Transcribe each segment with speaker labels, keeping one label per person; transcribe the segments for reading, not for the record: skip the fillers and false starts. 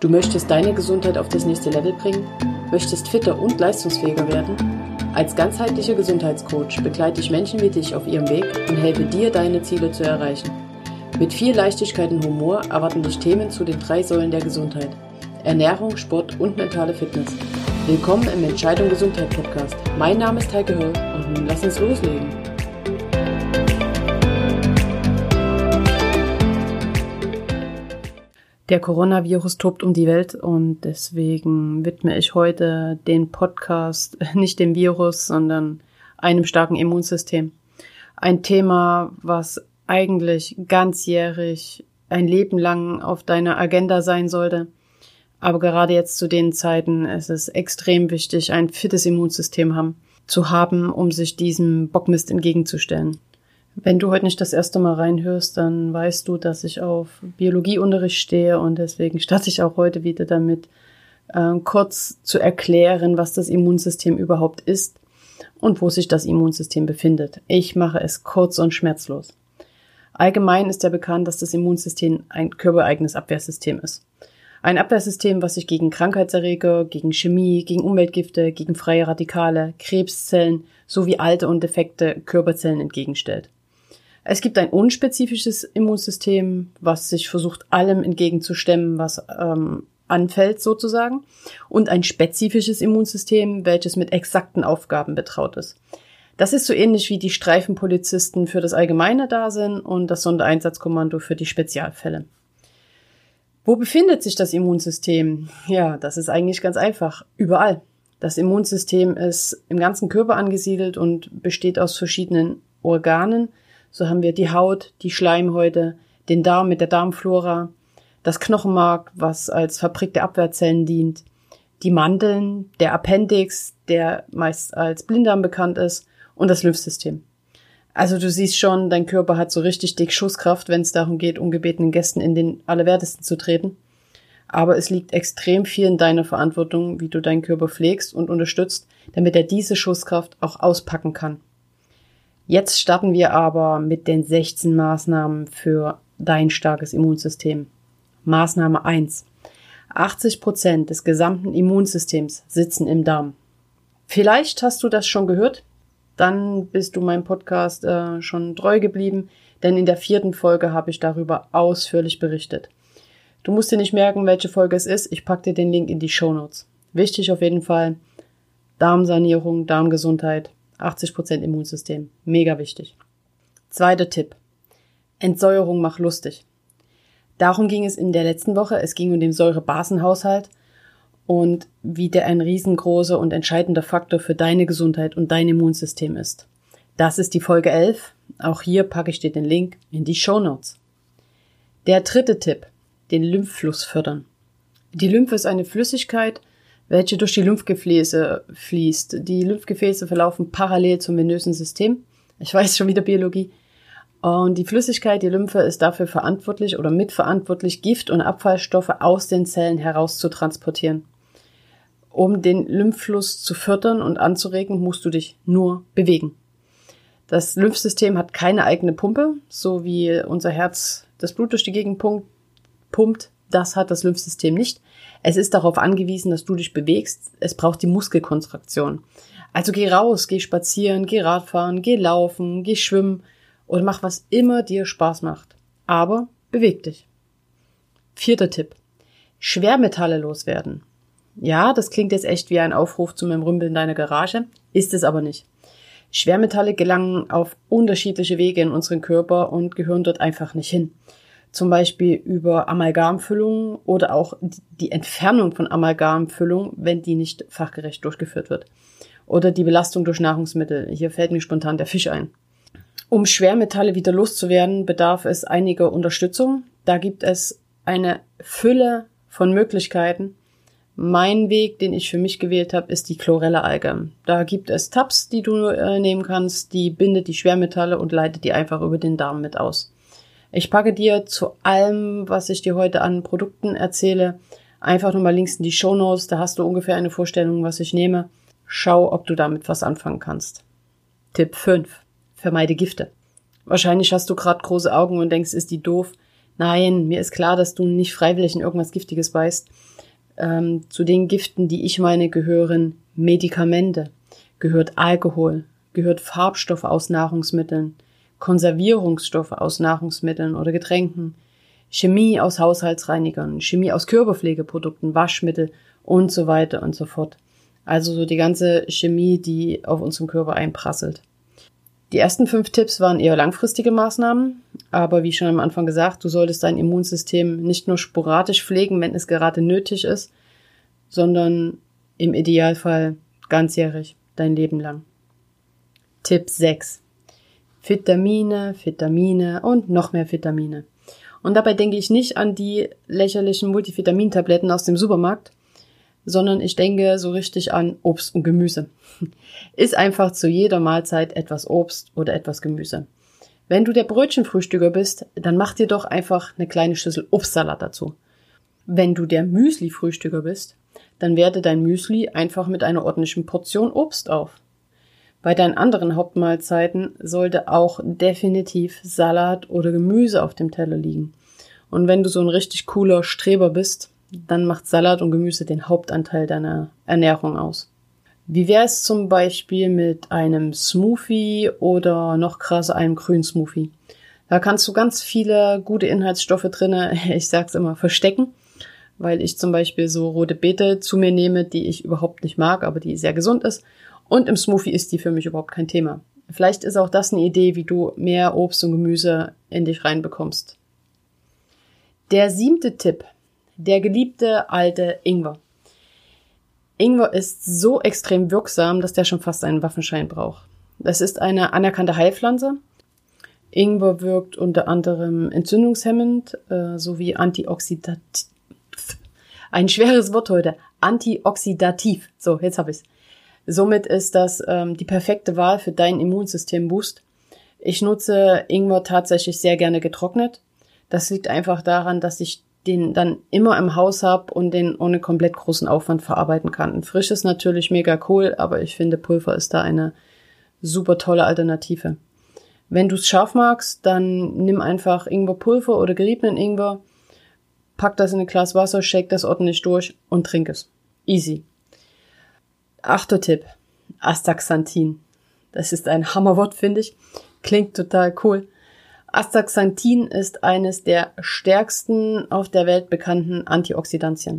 Speaker 1: Du möchtest deine Gesundheit auf das nächste Level bringen? Möchtest fitter und leistungsfähiger werden? Als ganzheitlicher Gesundheitscoach begleite ich Menschen wie dich auf ihrem Weg und helfe dir, deine Ziele zu erreichen. Mit viel Leichtigkeit und Humor erwarten dich Themen zu den 3 Säulen der Gesundheit: Ernährung, Sport und mentale Fitness. Willkommen im Entscheidung Gesundheit Podcast. Mein Name ist Heike Höll und nun lass uns loslegen. Der Coronavirus tobt um die Welt und deswegen widme ich heute den Podcast nicht dem Virus, sondern einem starken Immunsystem. Ein Thema, was eigentlich ganzjährig ein Leben lang auf deiner Agenda sein sollte. Aber gerade jetzt zu den Zeiten ist es extrem wichtig, ein fittes Immunsystem zu haben, um sich diesem Bockmist entgegenzustellen. Wenn du heute nicht das erste Mal reinhörst, dann weißt du, dass ich auf Biologieunterricht stehe und deswegen starte ich auch heute wieder damit, kurz zu erklären, was das Immunsystem überhaupt ist und wo sich das Immunsystem befindet. Ich mache es kurz und schmerzlos. Allgemein ist ja bekannt, dass das Immunsystem ein körpereigenes Abwehrsystem ist. Ein Abwehrsystem, was sich gegen Krankheitserreger, gegen Chemie, gegen Umweltgifte, gegen freie Radikale, Krebszellen sowie alte und defekte Körperzellen entgegenstellt. Es gibt ein unspezifisches Immunsystem, was sich versucht, allem entgegenzustemmen, was anfällt sozusagen, und ein spezifisches Immunsystem, welches mit exakten Aufgaben betraut ist. Das ist so ähnlich wie die Streifenpolizisten für das Allgemeine da sind und das Sondereinsatzkommando für die Spezialfälle. Wo befindet sich das Immunsystem? Ja, das ist eigentlich ganz einfach. Überall. Das Immunsystem ist im ganzen Körper angesiedelt und besteht aus verschiedenen Organen. So haben wir die Haut, die Schleimhäute, den Darm mit der Darmflora, das Knochenmark, was als Fabrik der Abwehrzellen dient, die Mandeln, der Appendix, der meist als Blinddarm bekannt ist, und das Lymphsystem. Also du siehst schon, dein Körper hat so richtig dick Schusskraft, wenn es darum geht, ungebetenen Gästen in den Allerwertesten zu treten. Aber es liegt extrem viel in deiner Verantwortung, wie du deinen Körper pflegst und unterstützt, damit er diese Schusskraft auch auspacken kann. Jetzt starten wir aber mit den 16 Maßnahmen für dein starkes Immunsystem. Maßnahme 1. 80% des gesamten Immunsystems sitzen im Darm. Vielleicht hast du das schon gehört, dann bist du meinem Podcast schon treu geblieben, denn in der 4. Folge habe ich darüber ausführlich berichtet. Du musst dir nicht merken, welche Folge es ist, ich packe dir den Link in die Shownotes. Wichtig auf jeden Fall, Darmsanierung, Darmgesundheit, 80% Immunsystem, mega wichtig. 2. Tipp, Entsäuerung macht lustig. Darum ging es in der letzten Woche, es ging um den Säurebasenhaushalt und wie der ein riesengroßer und entscheidender Faktor für deine Gesundheit und dein Immunsystem ist. Das ist die Folge 11, auch hier packe ich dir den Link in die Shownotes. Der 3. Tipp, den Lymphfluss fördern. Die Lymphe ist eine Flüssigkeit, welche durch die Lymphgefäße fließt. Die Lymphgefäße verlaufen parallel zum venösen System. Ich weiß schon wieder Biologie. Und die Flüssigkeit, die Lymphe, ist dafür verantwortlich oder mitverantwortlich, Gift und Abfallstoffe aus den Zellen heraus zu transportieren. Um den Lymphfluss zu fördern und anzuregen, musst du dich nur bewegen. Das Lymphsystem hat keine eigene Pumpe, so wie unser Herz das Blut durch die Gegend pumpt. Das hat das Lymphsystem nicht. Es ist darauf angewiesen, dass du dich bewegst. Es braucht die Muskelkontraktion. Also geh raus, geh spazieren, geh Radfahren, geh laufen, geh schwimmen oder mach, was immer dir Spaß macht. Aber beweg dich. 4. Tipp. Schwermetalle loswerden. Ja, das klingt jetzt echt wie ein Aufruf zum Entrümpeln deiner Garage, ist es aber nicht. Schwermetalle gelangen auf unterschiedliche Wege in unseren Körper und gehören dort einfach nicht hin. Zum Beispiel über Amalgamfüllungen oder auch die Entfernung von Amalgamfüllung, wenn die nicht fachgerecht durchgeführt wird. Oder die Belastung durch Nahrungsmittel. Hier fällt mir spontan der Fisch ein. Um Schwermetalle wieder loszuwerden, bedarf es einiger Unterstützung. Da gibt es eine Fülle von Möglichkeiten. Mein Weg, den ich für mich gewählt habe, ist die Chlorella-Alge. Da gibt es Tabs, die du nehmen kannst, die bindet die Schwermetalle und leitet die einfach über den Darm mit aus. Ich packe dir zu allem, was ich dir heute an Produkten erzähle, einfach nochmal Links in die Shownotes, da hast du ungefähr eine Vorstellung, was ich nehme. Schau, ob du damit was anfangen kannst. Tipp 5. Vermeide Gifte. Wahrscheinlich hast du gerade große Augen und denkst, ist die doof. Nein, mir ist klar, dass du nicht freiwillig in irgendwas Giftiges beißt. Zu den Giften, die ich meine, gehören Medikamente, gehört Alkohol, gehört Farbstoffe aus Nahrungsmitteln, Konservierungsstoffe aus Nahrungsmitteln oder Getränken, Chemie aus Haushaltsreinigern, Chemie aus Körperpflegeprodukten, Waschmittel und so weiter und so fort. Also so die ganze Chemie, die auf unseren Körper einprasselt. Die ersten 5 Tipps waren eher langfristige Maßnahmen, aber wie schon am Anfang gesagt, du solltest dein Immunsystem nicht nur sporadisch pflegen, wenn es gerade nötig ist, sondern im Idealfall ganzjährig, dein Leben lang. Tipp 6. Vitamine, Vitamine und noch mehr Vitamine. Und dabei denke ich nicht an die lächerlichen Multivitamintabletten aus dem Supermarkt, sondern ich denke so richtig an Obst und Gemüse. Iss einfach zu jeder Mahlzeit etwas Obst oder etwas Gemüse. Wenn du der Brötchenfrühstücker bist, dann mach dir doch einfach eine kleine Schüssel Obstsalat dazu. Wenn du der Müsli-Frühstücker bist, dann werte dein Müsli einfach mit einer ordentlichen Portion Obst auf. Bei deinen anderen Hauptmahlzeiten sollte auch definitiv Salat oder Gemüse auf dem Teller liegen. Und wenn du so ein richtig cooler Streber bist, dann macht Salat und Gemüse den Hauptanteil deiner Ernährung aus. Wie wäre es zum Beispiel mit einem Smoothie oder noch krasser einem grünen Smoothie? Da kannst du ganz viele gute Inhaltsstoffe drinne, ich sag's immer, verstecken, weil ich zum Beispiel so rote Beete zu mir nehme, die ich überhaupt nicht mag, aber die sehr gesund ist. Und im Smoothie ist die für mich überhaupt kein Thema. Vielleicht ist auch das eine Idee, wie du mehr Obst und Gemüse in dich reinbekommst. Der 7. Tipp. Der geliebte alte Ingwer. Ingwer ist so extrem wirksam, dass der schon fast einen Waffenschein braucht. Das ist eine anerkannte Heilpflanze. Ingwer wirkt unter anderem entzündungshemmend sowie antioxidativ. Ein schweres Wort heute. Antioxidativ. So, jetzt habe ich's. Somit ist das die perfekte Wahl für deinen Immunsystem-Boost. Ich nutze Ingwer tatsächlich sehr gerne getrocknet. Das liegt einfach daran, dass ich den dann immer im Haus habe und den ohne komplett großen Aufwand verarbeiten kann. Ein frisch ist natürlich mega cool, aber ich finde Pulver ist da eine super tolle Alternative. Wenn du es scharf magst, dann nimm einfach Ingwerpulver oder geriebenen Ingwer, pack das in ein Glas Wasser, shake das ordentlich durch und trink es. Easy. 8. Tipp. Astaxanthin. Das ist ein Hammerwort, finde ich. Klingt total cool. Astaxanthin ist eines der stärksten auf der Welt bekannten Antioxidantien.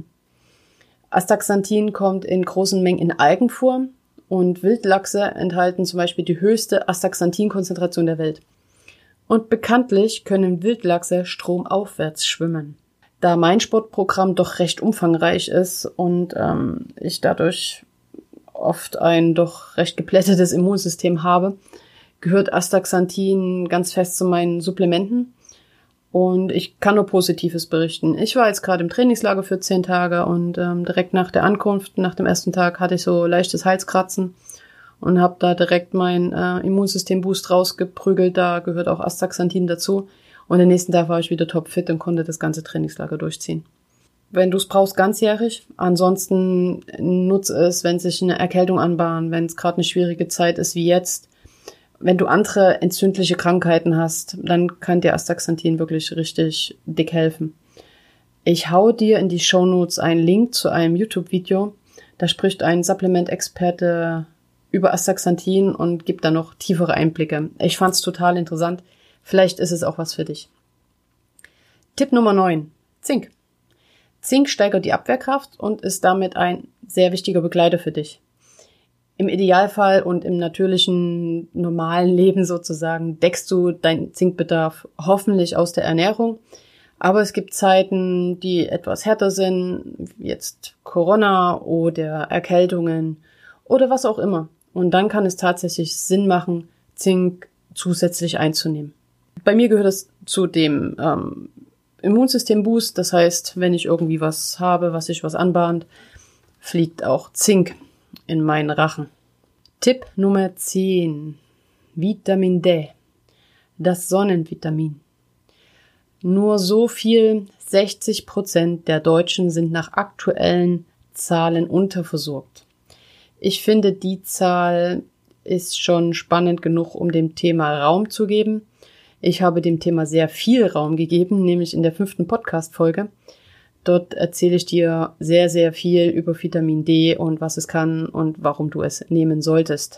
Speaker 1: Astaxanthin kommt in großen Mengen in Algen vor und Wildlachse enthalten zum Beispiel die höchste Astaxanthin-Konzentration der Welt. Und bekanntlich können Wildlachse stromaufwärts schwimmen. Da mein Sportprogramm doch recht umfangreich ist und ich dadurch oft ein doch recht geplättetes Immunsystem habe, gehört Astaxanthin ganz fest zu meinen Supplementen und ich kann nur Positives berichten. Ich war jetzt gerade im Trainingslager für 10 Tage und direkt nach der Ankunft, nach dem ersten Tag, hatte ich so leichtes Halskratzen und habe da direkt mein Immunsystem-Boost rausgeprügelt. Da gehört auch Astaxanthin dazu und den nächsten Tag war ich wieder topfit und konnte das ganze Trainingslager durchziehen. Wenn du es brauchst, ganzjährig. Ansonsten nutze es, wenn sich eine Erkältung anbahnt, wenn es gerade eine schwierige Zeit ist wie jetzt. Wenn du andere entzündliche Krankheiten hast, dann kann dir Astaxanthin wirklich richtig dick helfen. Ich hau dir in die Shownotes einen Link zu einem YouTube-Video. Da spricht ein Supplement-Experte über Astaxanthin und gibt da noch tiefere Einblicke. Ich fand's total interessant. Vielleicht ist es auch was für dich. Tipp Nummer 9. Zink. Zink steigert die Abwehrkraft und ist damit ein sehr wichtiger Begleiter für dich. Im Idealfall und im natürlichen, normalen Leben sozusagen deckst du deinen Zinkbedarf hoffentlich aus der Ernährung. Aber es gibt Zeiten, die etwas härter sind, wie jetzt Corona oder Erkältungen oder was auch immer. Und dann kann es tatsächlich Sinn machen, Zink zusätzlich einzunehmen. Bei mir gehört es zu dem Immunsystem-Boost. Das heißt, wenn ich irgendwie was habe, was sich was anbahnt, fliegt auch Zink in meinen Rachen. Tipp Nummer 10. Vitamin D. Das Sonnenvitamin. Nur so viel, 60% der Deutschen sind nach aktuellen Zahlen unterversorgt. Ich finde, die Zahl ist schon spannend genug, um dem Thema Raum zu geben. Ich habe dem Thema sehr viel Raum gegeben, nämlich in der 5. Podcast-Folge. Dort erzähle ich dir sehr, sehr viel über Vitamin D und was es kann und warum du es nehmen solltest.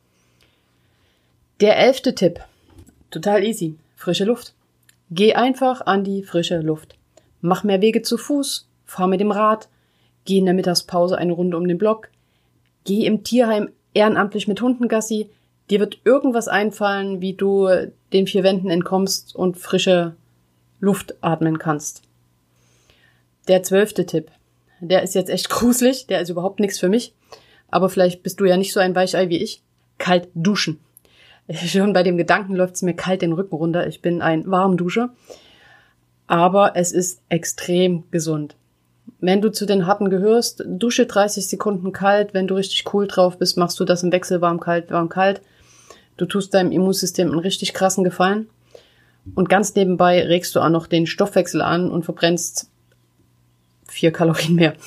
Speaker 1: Der 11. Tipp. Total easy. Frische Luft. Geh einfach an die frische Luft. Mach mehr Wege zu Fuß, fahr mit dem Rad, geh in der Mittagspause eine Runde um den Block, geh im Tierheim ehrenamtlich mit Hunden Gassi. Dir wird irgendwas einfallen, wie du den 4 Wänden entkommst und frische Luft atmen kannst. Der 12. Tipp. Der ist jetzt echt gruselig, der ist überhaupt nichts für mich. Aber vielleicht bist du ja nicht so ein Weichei wie ich. Kalt duschen. Schon bei dem Gedanken läuft es mir kalt den Rücken runter. Ich bin ein Warmduscher. Aber es ist extrem gesund. Wenn du zu den Harten gehörst, dusche 30 Sekunden kalt. Wenn du richtig cool drauf bist, machst du das im Wechsel warm-kalt, warm-kalt. Du tust deinem Immunsystem einen richtig krassen Gefallen. Und ganz nebenbei regst du auch noch den Stoffwechsel an und verbrennst 4 Kalorien mehr.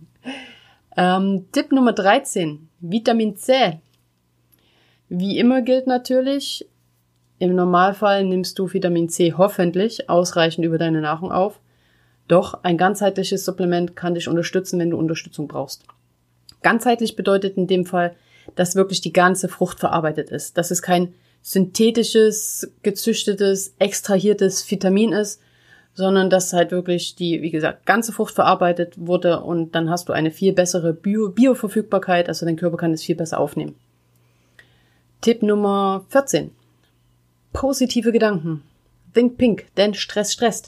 Speaker 1: Tipp Nummer 13. Vitamin C. Wie immer gilt natürlich, im Normalfall nimmst du Vitamin C hoffentlich ausreichend über deine Nahrung auf. Doch ein ganzheitliches Supplement kann dich unterstützen, wenn du Unterstützung brauchst. Ganzheitlich bedeutet in dem Fall, dass wirklich die ganze Frucht verarbeitet ist. Dass es kein synthetisches, gezüchtetes, extrahiertes Vitamin ist, sondern dass halt wirklich die, wie gesagt, ganze Frucht verarbeitet wurde und dann hast du eine viel bessere Bioverfügbarkeit, also dein Körper kann es viel besser aufnehmen. Tipp Nummer 14. Positive Gedanken. Think pink, denn Stress stresst.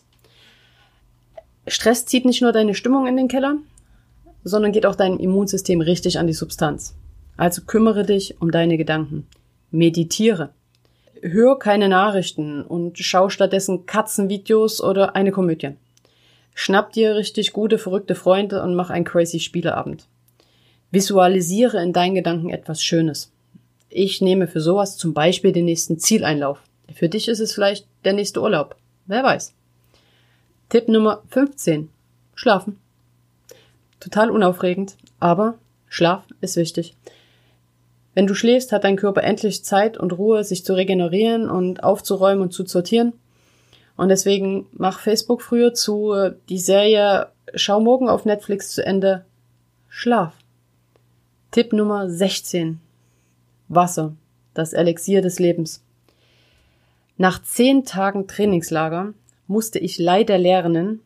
Speaker 1: Stress zieht nicht nur deine Stimmung in den Keller, sondern geht auch deinem Immunsystem richtig an die Substanz. Also kümmere dich um deine Gedanken. Meditiere. Hör keine Nachrichten und schau stattdessen Katzenvideos oder eine Komödie. Schnapp dir richtig gute, verrückte Freunde und mach einen crazy Spieleabend. Visualisiere in deinen Gedanken etwas Schönes. Ich nehme für sowas zum Beispiel den nächsten Zieleinlauf. Für dich ist es vielleicht der nächste Urlaub. Wer weiß. Tipp Nummer 15. Schlafen. Total unaufregend, aber Schlaf ist wichtig. Wenn du schläfst, hat dein Körper endlich Zeit und Ruhe, sich zu regenerieren und aufzuräumen und zu sortieren. Und deswegen mach Facebook früher zu, die Serie Schau morgen auf Netflix zu Ende. Schlaf. Tipp Nummer 16. Wasser. Das Elixier des Lebens. Nach 10 Tagen Trainingslager musste ich leider lernen,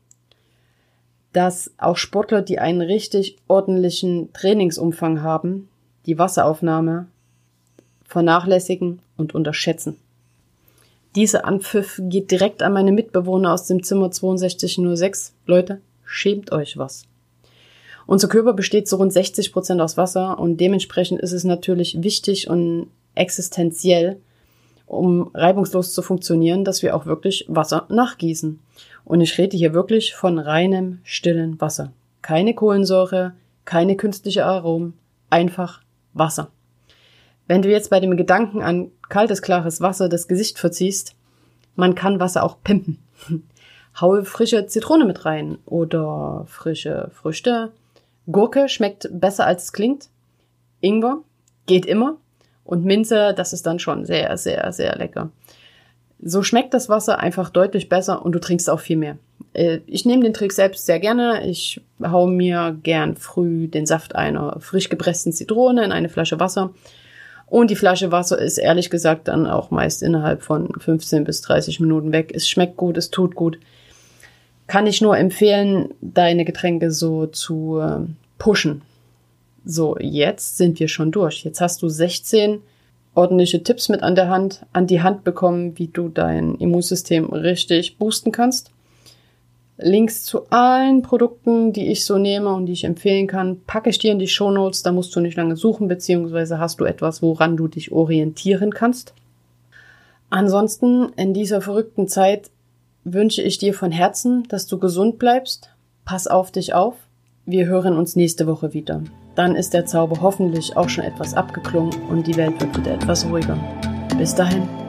Speaker 1: dass auch Sportler, die einen richtig ordentlichen Trainingsumfang haben, die Wasseraufnahme vernachlässigen und unterschätzen. Dieser Anpfiff geht direkt an meine Mitbewohner aus dem Zimmer 6206. Leute, schämt euch was. Unser Körper besteht zu rund 60% aus Wasser und dementsprechend ist es natürlich wichtig und existenziell, um reibungslos zu funktionieren, dass wir auch wirklich Wasser nachgießen. Und ich rede hier wirklich von reinem, stillen Wasser. Keine Kohlensäure, keine künstliche Aromen, einfach Wasser. Wenn du jetzt bei dem Gedanken an kaltes, klares Wasser das Gesicht verziehst, man kann Wasser auch pimpen. Hau frische Zitrone mit rein oder frische Früchte. Gurke schmeckt besser als es klingt. Ingwer geht immer. Und Minze, das ist dann schon sehr, sehr, sehr lecker. So schmeckt das Wasser einfach deutlich besser und du trinkst auch viel mehr. Ich nehme den Trick selbst sehr gerne. Ich hau mir gern früh den Saft einer frisch gepressten Zitrone in eine Flasche Wasser. Und die Flasche Wasser ist ehrlich gesagt dann auch meist innerhalb von 15 bis 30 Minuten weg. Es schmeckt gut, es tut gut. Kann ich nur empfehlen, deine Getränke so zu pushen. So, jetzt sind wir schon durch. Jetzt hast du 16 ordentliche Tipps mit an die Hand bekommen, wie du dein Immunsystem richtig boosten kannst. Links zu allen Produkten, die ich so nehme und die ich empfehlen kann, packe ich dir in die Shownotes. Da musst du nicht lange suchen, beziehungsweise hast du etwas, woran du dich orientieren kannst. Ansonsten, in dieser verrückten Zeit wünsche ich dir von Herzen, dass du gesund bleibst. Pass auf dich auf. Wir hören uns nächste Woche wieder. Dann ist der Zauber hoffentlich auch schon etwas abgeklungen und die Welt wird wieder etwas ruhiger. Bis dahin.